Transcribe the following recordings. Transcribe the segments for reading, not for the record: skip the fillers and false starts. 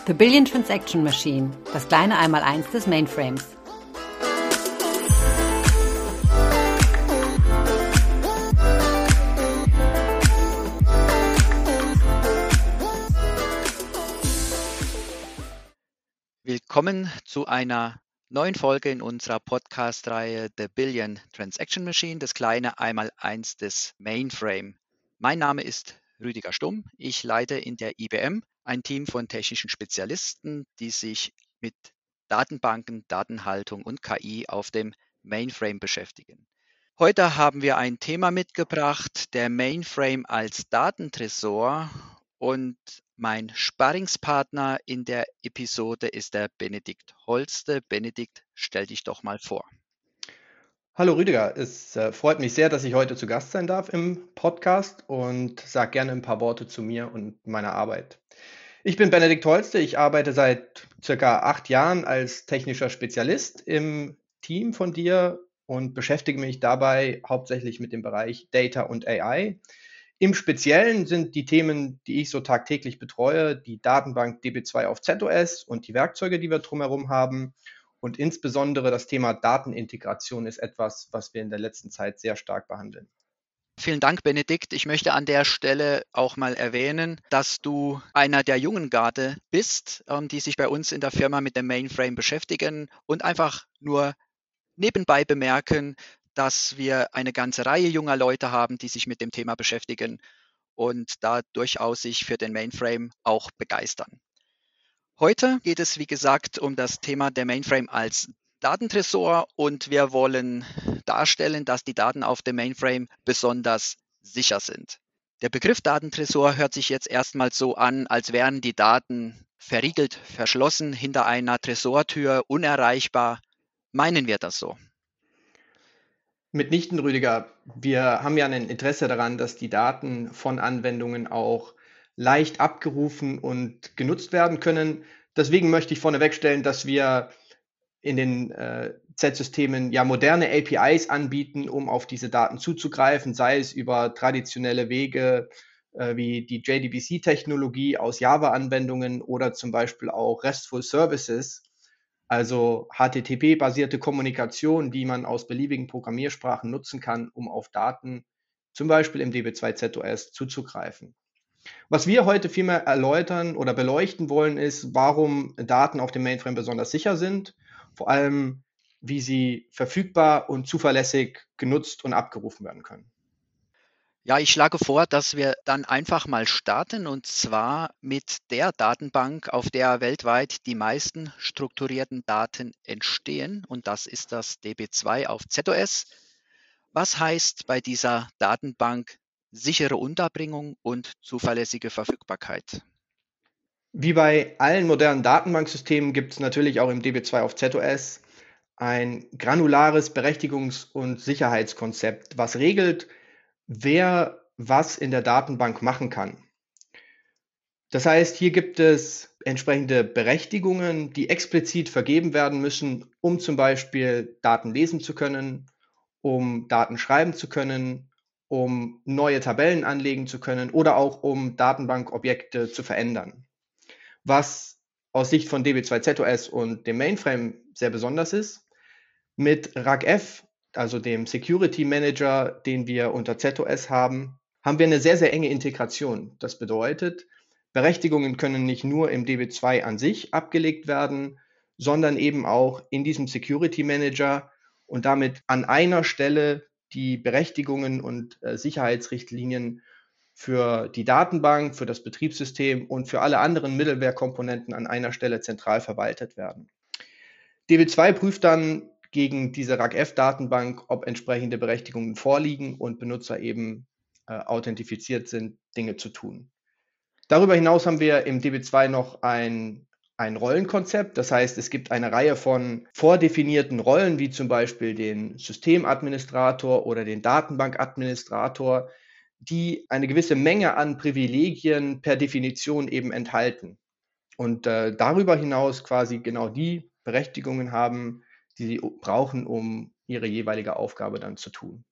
The Billion Transaction Machine, das kleine Einmaleins des Mainframes. Willkommen zu einer neuen Folge in unserer Podcast-Reihe The Billion Transaction Machine, das kleine Einmaleins des Mainframe. Mein Name ist Rüdiger Stumm. Ich leite in der IBM ein Team von technischen Spezialisten, die sich mit Datenbanken, Datenhaltung und KI auf dem Mainframe beschäftigen. Heute haben wir ein Thema mitgebracht, der Mainframe als Datentresor, und mein Sparringspartner in der Episode ist der Benedikt Holste. Benedikt, stell dich doch mal vor. Hallo Rüdiger, es freut mich sehr, dass ich heute zu Gast sein darf im Podcast und sage gerne ein paar Worte zu mir und meiner Arbeit. Ich bin Benedikt Holste, ich arbeite seit circa 8 Jahren als technischer Spezialist im Team von dir und beschäftige mich dabei hauptsächlich mit dem Bereich Data und AI. Im Speziellen sind die Themen, die ich so tagtäglich betreue, die Datenbank DB2 auf ZOS und die Werkzeuge, die wir drumherum haben. Und insbesondere das Thema Datenintegration ist etwas, was wir in der letzten Zeit sehr stark behandeln. Vielen Dank, Benedikt. Ich möchte an der Stelle auch mal erwähnen, dass du einer der jungen Garde bist, die sich bei uns in der Firma mit dem Mainframe beschäftigen, und einfach nur nebenbei bemerken, dass wir eine ganze Reihe junger Leute haben, die sich mit dem Thema beschäftigen und da durchaus sich für den Mainframe auch begeistern. Heute geht es, wie gesagt, um das Thema der Mainframe als Datentresor, und wir wollen darstellen, dass die Daten auf dem Mainframe besonders sicher sind. Der Begriff Datentresor hört sich jetzt erstmal so an, als wären die Daten verriegelt, verschlossen, hinter einer Tresortür, unerreichbar. Meinen wir das so? Mitnichten, Rüdiger. Wir haben ja ein Interesse daran, dass die Daten von Anwendungen auch leicht abgerufen und genutzt werden können. Deswegen möchte ich vorneweg stellen, dass wir in den Z-Systemen ja moderne APIs anbieten, um auf diese Daten zuzugreifen, sei es über traditionelle Wege wie die JDBC-Technologie aus Java-Anwendungen oder zum Beispiel auch RESTful Services, also HTTP-basierte Kommunikation, die man aus beliebigen Programmiersprachen nutzen kann, um auf Daten zum Beispiel im DB2 ZOS zuzugreifen. Was wir heute vielmehr erläutern oder beleuchten wollen, ist, warum Daten auf dem Mainframe besonders sicher sind, vor allem wie sie verfügbar und zuverlässig genutzt und abgerufen werden können. Ja, ich schlage vor, dass wir dann einfach mal starten, und zwar mit der Datenbank, auf der weltweit die meisten strukturierten Daten entstehen, und das ist das DB2 auf ZOS. Was heißt bei dieser Datenbank sichere Unterbringung und zuverlässige Verfügbarkeit? Wie bei allen modernen Datenbanksystemen gibt es natürlich auch im DB2 auf ZOS ein granulares Berechtigungs- und Sicherheitskonzept, was regelt, wer was in der Datenbank machen kann. Das heißt, hier gibt es entsprechende Berechtigungen, die explizit vergeben werden müssen, um zum Beispiel Daten lesen zu können, um Daten schreiben zu können, um neue Tabellen anlegen zu können oder auch um Datenbankobjekte zu verändern. Was aus Sicht von DB2 ZOS und dem Mainframe sehr besonders ist, mit RAG-F, also dem Security Manager, den wir unter ZOS haben, haben wir eine sehr, sehr enge Integration. Das bedeutet, Berechtigungen können nicht nur im DB2 an sich abgelegt werden, sondern eben auch in diesem Security Manager und damit an einer Stelle die Berechtigungen und Sicherheitsrichtlinien für die Datenbank, für das Betriebssystem und für alle anderen Middleware-Komponenten an einer Stelle zentral verwaltet werden. DB2 prüft dann gegen diese RAG-F-Datenbank, ob entsprechende Berechtigungen vorliegen und Benutzer eben authentifiziert sind, Dinge zu tun. Darüber hinaus haben wir im DB2 noch ein Rollenkonzept. Das heißt, es gibt eine Reihe von vordefinierten Rollen, wie zum Beispiel den Systemadministrator oder den Datenbankadministrator, die eine gewisse Menge an Privilegien per Definition eben enthalten. Und darüber hinaus quasi genau die Berechtigungen haben, die sie brauchen, um ihre jeweilige Aufgabe dann zu tun.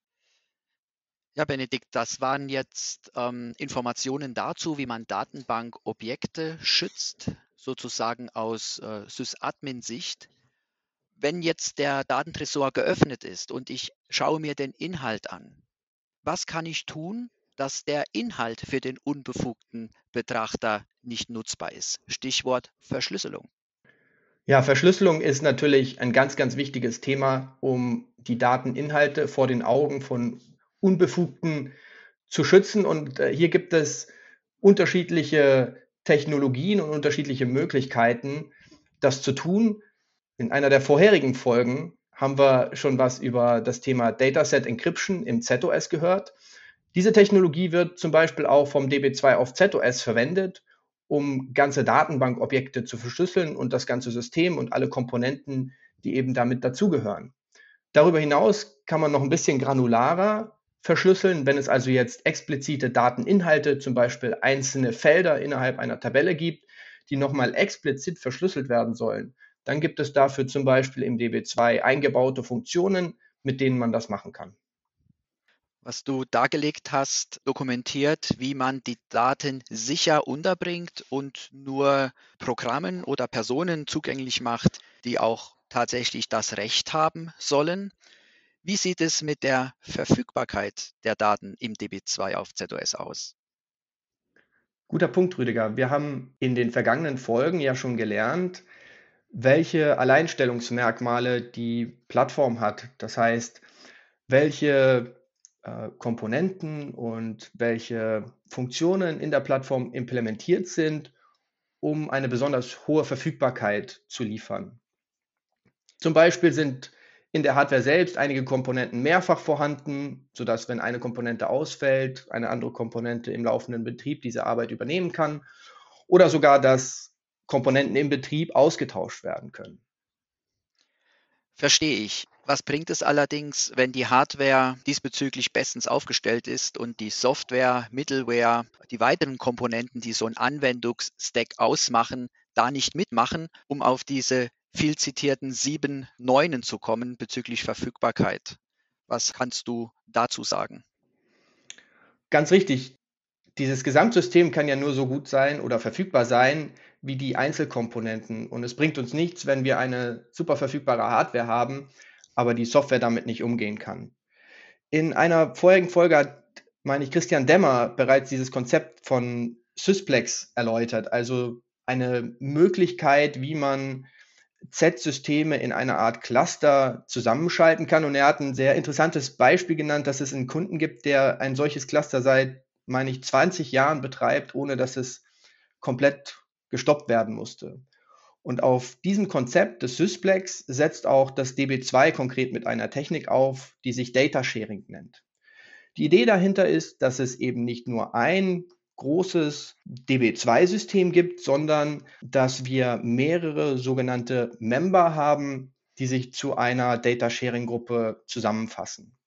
Ja, Benedikt, das waren jetzt Informationen dazu, wie man Datenbankobjekte schützt. sozusagen aus Sysadmin-Sicht. Wenn jetzt der Datentresor geöffnet ist und ich schaue mir den Inhalt an, was kann ich tun, dass der Inhalt für den unbefugten Betrachter nicht nutzbar ist? Stichwort Verschlüsselung. Ja, Verschlüsselung ist natürlich ein ganz, ganz wichtiges Thema, um die Dateninhalte vor den Augen von Unbefugten zu schützen. Und hier gibt es unterschiedliche Technologien und unterschiedliche Möglichkeiten, das zu tun. In einer der vorherigen Folgen haben wir schon was über das Thema Dataset Encryption im ZOS gehört. Diese Technologie wird zum Beispiel auch vom DB2 auf ZOS verwendet, um ganze Datenbankobjekte zu verschlüsseln und das ganze System und alle Komponenten, die eben damit dazugehören. Darüber hinaus kann man noch ein bisschen granularer verschlüsseln, wenn es also jetzt explizite Dateninhalte, zum Beispiel einzelne Felder innerhalb einer Tabelle gibt, die nochmal explizit verschlüsselt werden sollen. Dann gibt es dafür zum Beispiel im DB2 eingebaute Funktionen, mit denen man das machen kann. Was du dargelegt hast, dokumentiert, wie man die Daten sicher unterbringt und nur Programmen oder Personen zugänglich macht, die auch tatsächlich das Recht haben sollen. Wie sieht es mit der Verfügbarkeit der Daten im DB2 auf ZOS aus? Guter Punkt, Rüdiger. Wir haben in den vergangenen Folgen ja schon gelernt, welche Alleinstellungsmerkmale die Plattform hat. Das heißt, welche Komponenten und welche Funktionen in der Plattform implementiert sind, um eine besonders hohe Verfügbarkeit zu liefern. Zum Beispiel sind in der Hardware selbst einige Komponenten mehrfach vorhanden, sodass, wenn eine Komponente ausfällt, eine andere Komponente im laufenden Betrieb diese Arbeit übernehmen kann, oder sogar, dass Komponenten im Betrieb ausgetauscht werden können. Verstehe ich. Was bringt es allerdings, wenn die Hardware diesbezüglich bestens aufgestellt ist und die Software, Middleware, die weiteren Komponenten, die so ein Anwendungsstack ausmachen, da nicht mitmachen, um auf diese viel zitierten 7 Neunen zu kommen bezüglich Verfügbarkeit? Was kannst du dazu sagen? Ganz richtig, dieses Gesamtsystem kann ja nur so gut sein oder verfügbar sein wie die Einzelkomponenten. Und es bringt uns nichts, wenn wir eine super verfügbare Hardware haben, aber die Software damit nicht umgehen kann. In einer vorherigen Folge hat, meine ich, Christian Demmer bereits dieses Konzept von Sysplex erläutert, also eine Möglichkeit, wie man Z-Systeme in einer Art Cluster zusammenschalten kann. Und er hat ein sehr interessantes Beispiel genannt, dass es einen Kunden gibt, der ein solches Cluster seit, meine ich, 20 Jahren betreibt, ohne dass es komplett gestoppt werden musste. Und auf diesem Konzept des Sysplex setzt auch das DB2 konkret mit einer Technik auf, die sich Data Sharing nennt. Die Idee dahinter ist, dass es eben nicht nur ein großes DB2-System gibt, sondern dass wir mehrere sogenannte Member haben, die sich zu einer Data Sharing Gruppe zusammenfassen.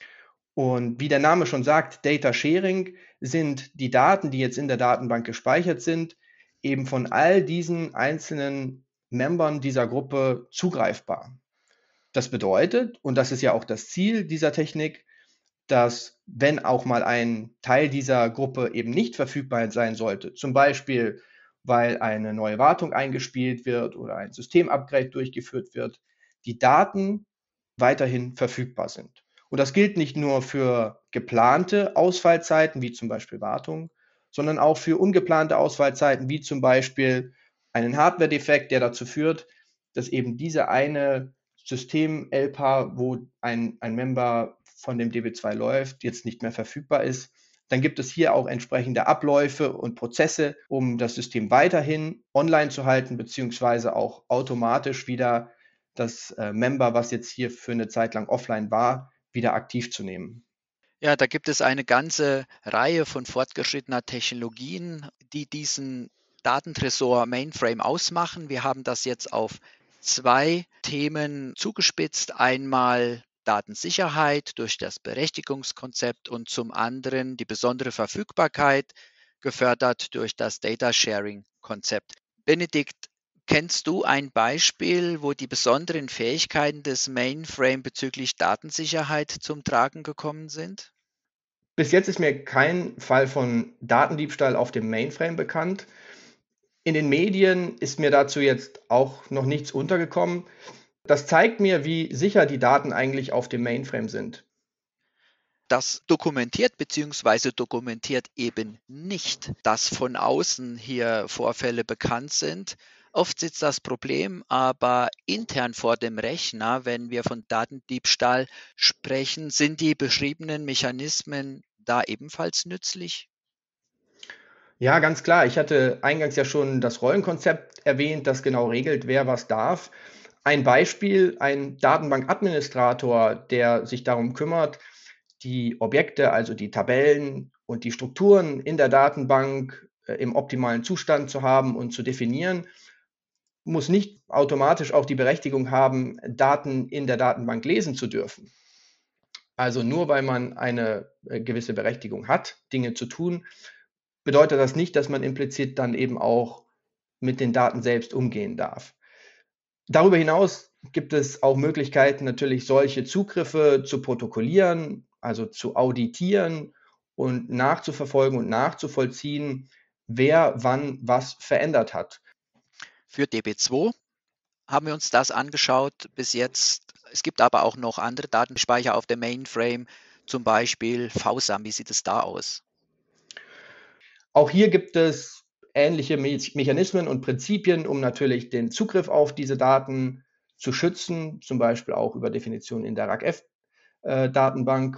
Und wie der Name schon sagt, Data Sharing sind die Daten, die jetzt in der Datenbank gespeichert sind, eben von all diesen einzelnen Membern dieser Gruppe zugreifbar. Das bedeutet, und das ist ja auch das Ziel dieser Technik, dass, wenn auch mal ein Teil dieser Gruppe eben nicht verfügbar sein sollte, zum Beispiel weil eine neue Wartung eingespielt wird oder ein Systemupgrade durchgeführt wird, die Daten weiterhin verfügbar sind. Und das gilt nicht nur für geplante Ausfallzeiten, wie zum Beispiel Wartung, sondern auch für ungeplante Ausfallzeiten, wie zum Beispiel einen Hardware-Defekt, der dazu führt, dass eben diese eine System-LPA, wo ein Member von dem DB2 läuft, jetzt nicht mehr verfügbar ist. Dann gibt es hier auch entsprechende Abläufe und Prozesse, um das System weiterhin online zu halten, beziehungsweise auch automatisch wieder das Member, was jetzt hier für eine Zeit lang offline war, wieder aktiv zu nehmen. Ja, da gibt es eine ganze Reihe von fortgeschrittener Technologien, die diesen Datentresor Mainframe ausmachen. Wir haben das jetzt auf 2 Themen zugespitzt. Einmal Datensicherheit durch das Berechtigungskonzept und zum anderen die besondere Verfügbarkeit, gefördert durch das Data Sharing Konzept. Benedikt, kennst du ein Beispiel, wo die besonderen Fähigkeiten des Mainframe bezüglich Datensicherheit zum Tragen gekommen sind? Bis jetzt ist mir kein Fall von Datendiebstahl auf dem Mainframe bekannt. In den Medien ist mir dazu jetzt auch noch nichts untergekommen. Das zeigt mir, wie sicher die Daten eigentlich auf dem Mainframe sind. Das dokumentiert bzw. dokumentiert eben nicht, dass von außen hier Vorfälle bekannt sind. Oft sitzt das Problem aber intern vor dem Rechner. Wenn wir von Datendiebstahl sprechen, sind die beschriebenen Mechanismen da ebenfalls nützlich? Ja, ganz klar. Ich hatte eingangs ja schon das Rollenkonzept erwähnt, das genau regelt, wer was darf. Ein Beispiel, ein Datenbankadministrator, der sich darum kümmert, die Objekte, also die Tabellen und die Strukturen in der Datenbank im optimalen Zustand zu haben und zu definieren, muss nicht automatisch auch die Berechtigung haben, Daten in der Datenbank lesen zu dürfen. Also nur weil man eine gewisse Berechtigung hat, Dinge zu tun, bedeutet das nicht, dass man implizit dann eben auch mit den Daten selbst umgehen darf. Darüber hinaus gibt es auch Möglichkeiten, natürlich solche Zugriffe zu protokollieren, also zu auditieren und nachzuverfolgen und nachzuvollziehen, wer wann was verändert hat. Für DB2 haben wir uns das angeschaut bis jetzt. Es gibt aber auch noch andere Datenspeicher auf dem Mainframe, zum Beispiel VSAM. Wie sieht es da aus? Auch hier gibt es ähnliche Mechanismen und Prinzipien, um natürlich den Zugriff auf diese Daten zu schützen, zum Beispiel auch über Definitionen in der RACF-Datenbank.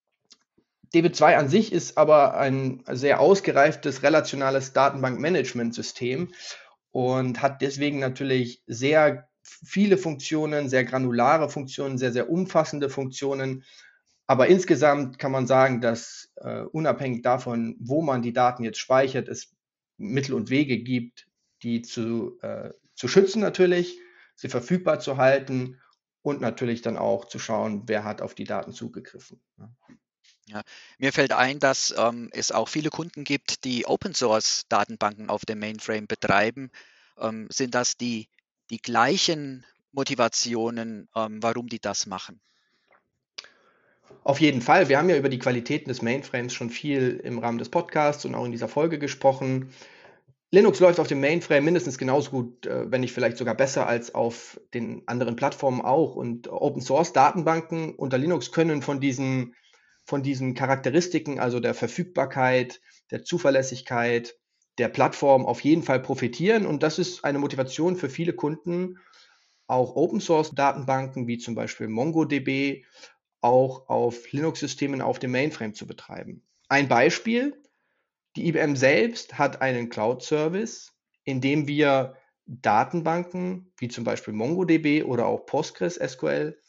DB2 an sich ist aber ein sehr ausgereiftes relationales Datenbankmanagementsystem und hat deswegen natürlich sehr viele Funktionen, sehr granulare Funktionen, sehr, sehr umfassende Funktionen. Aber insgesamt kann man sagen, dass unabhängig davon, wo man die Daten jetzt speichert, es Mittel und Wege gibt, die zu schützen natürlich, sie verfügbar zu halten und natürlich dann auch zu schauen, wer hat auf die Daten zugegriffen. Ja, mir fällt ein, dass es auch viele Kunden gibt, die Open Source Datenbanken auf dem Mainframe betreiben. Sind das die gleichen Motivationen, warum die das machen? Auf jeden Fall. Wir haben ja über die Qualitäten des Mainframes schon viel im Rahmen des Podcasts und auch in dieser Folge gesprochen. Linux läuft auf dem Mainframe mindestens genauso gut, wenn nicht vielleicht sogar besser als auf den anderen Plattformen auch. Und Open Source Datenbanken unter Linux können von diesen Charakteristiken, also der Verfügbarkeit, der Zuverlässigkeit, der Plattform auf jeden Fall profitieren. Und das ist eine Motivation für viele Kunden, auch Open Source Datenbanken wie zum Beispiel MongoDB auch auf Linux-Systemen auf dem Mainframe zu betreiben. Ein Beispiel, die IBM selbst hat einen Cloud-Service, in dem wir Datenbanken wie zum Beispiel MongoDB oder auch PostgreSQL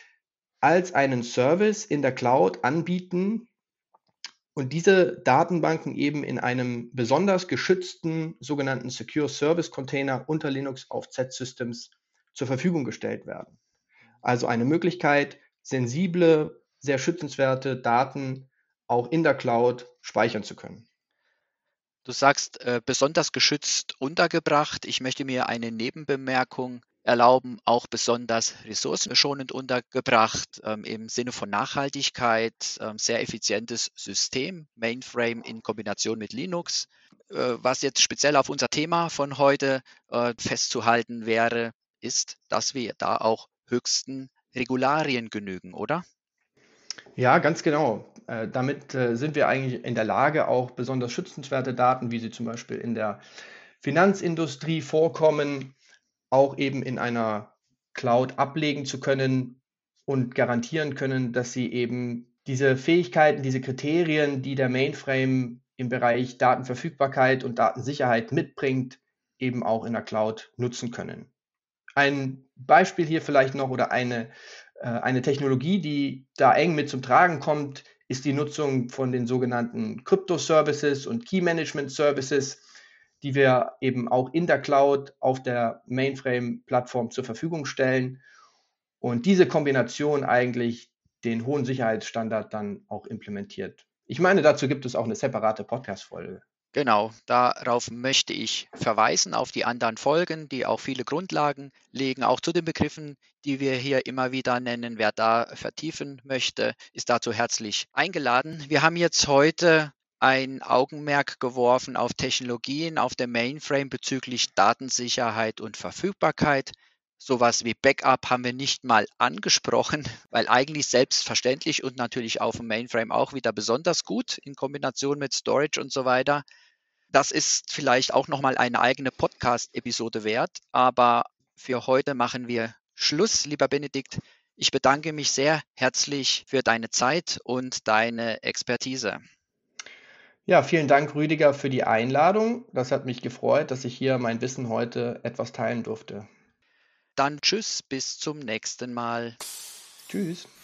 als einen Service in der Cloud anbieten und diese Datenbanken eben in einem besonders geschützten sogenannten Secure Service Container unter Linux auf Z-Systems zur Verfügung gestellt werden. Also eine Möglichkeit, sensible, sehr schützenswerte Daten auch in der Cloud speichern zu können. Du sagst, besonders geschützt untergebracht. Ich möchte mir eine Nebenbemerkung erlauben, auch besonders ressourcenschonend untergebracht, im Sinne von Nachhaltigkeit, sehr effizientes System, Mainframe in Kombination mit Linux. Was jetzt speziell auf unser Thema von heute festzuhalten wäre, ist, dass wir da auch höchsten Regularien genügen, oder? Ja, ganz genau. Damit sind wir eigentlich in der Lage, auch besonders schützenswerte Daten, wie sie zum Beispiel in der Finanzindustrie vorkommen, auch eben in einer Cloud ablegen zu können und garantieren können, dass sie eben diese Fähigkeiten, diese Kriterien, die der Mainframe im Bereich Datenverfügbarkeit und Datensicherheit mitbringt, eben auch in der Cloud nutzen können. Ein Beispiel hier vielleicht noch oder eine Technologie, die da eng mit zum Tragen kommt, ist die Nutzung von den sogenannten Crypto-Services und Key-Management-Services, die wir eben auch in der Cloud auf der Mainframe-Plattform zur Verfügung stellen und diese Kombination eigentlich den hohen Sicherheitsstandard dann auch implementiert. Ich meine, dazu gibt es auch eine separate Podcast-Folge. Genau, darauf möchte ich verweisen, auf die anderen Folgen, die auch viele Grundlagen legen, auch zu den Begriffen, die wir hier immer wieder nennen. Wer da vertiefen möchte, ist dazu herzlich eingeladen. Wir haben jetzt heute ein Augenmerk geworfen auf Technologien auf dem Mainframe bezüglich Datensicherheit und Verfügbarkeit. Sowas wie Backup haben wir nicht mal angesprochen, weil eigentlich selbstverständlich und natürlich auf dem Mainframe auch wieder besonders gut in Kombination mit Storage und so weiter. Das ist vielleicht auch nochmal eine eigene Podcast-Episode wert, aber für heute machen wir Schluss, lieber Benedikt. Ich bedanke mich sehr herzlich für deine Zeit und deine Expertise. Ja, vielen Dank, Rüdiger, für die Einladung. Das hat mich gefreut, dass ich hier mein Wissen heute etwas teilen durfte. Dann tschüss, bis zum nächsten Mal. Tschüss.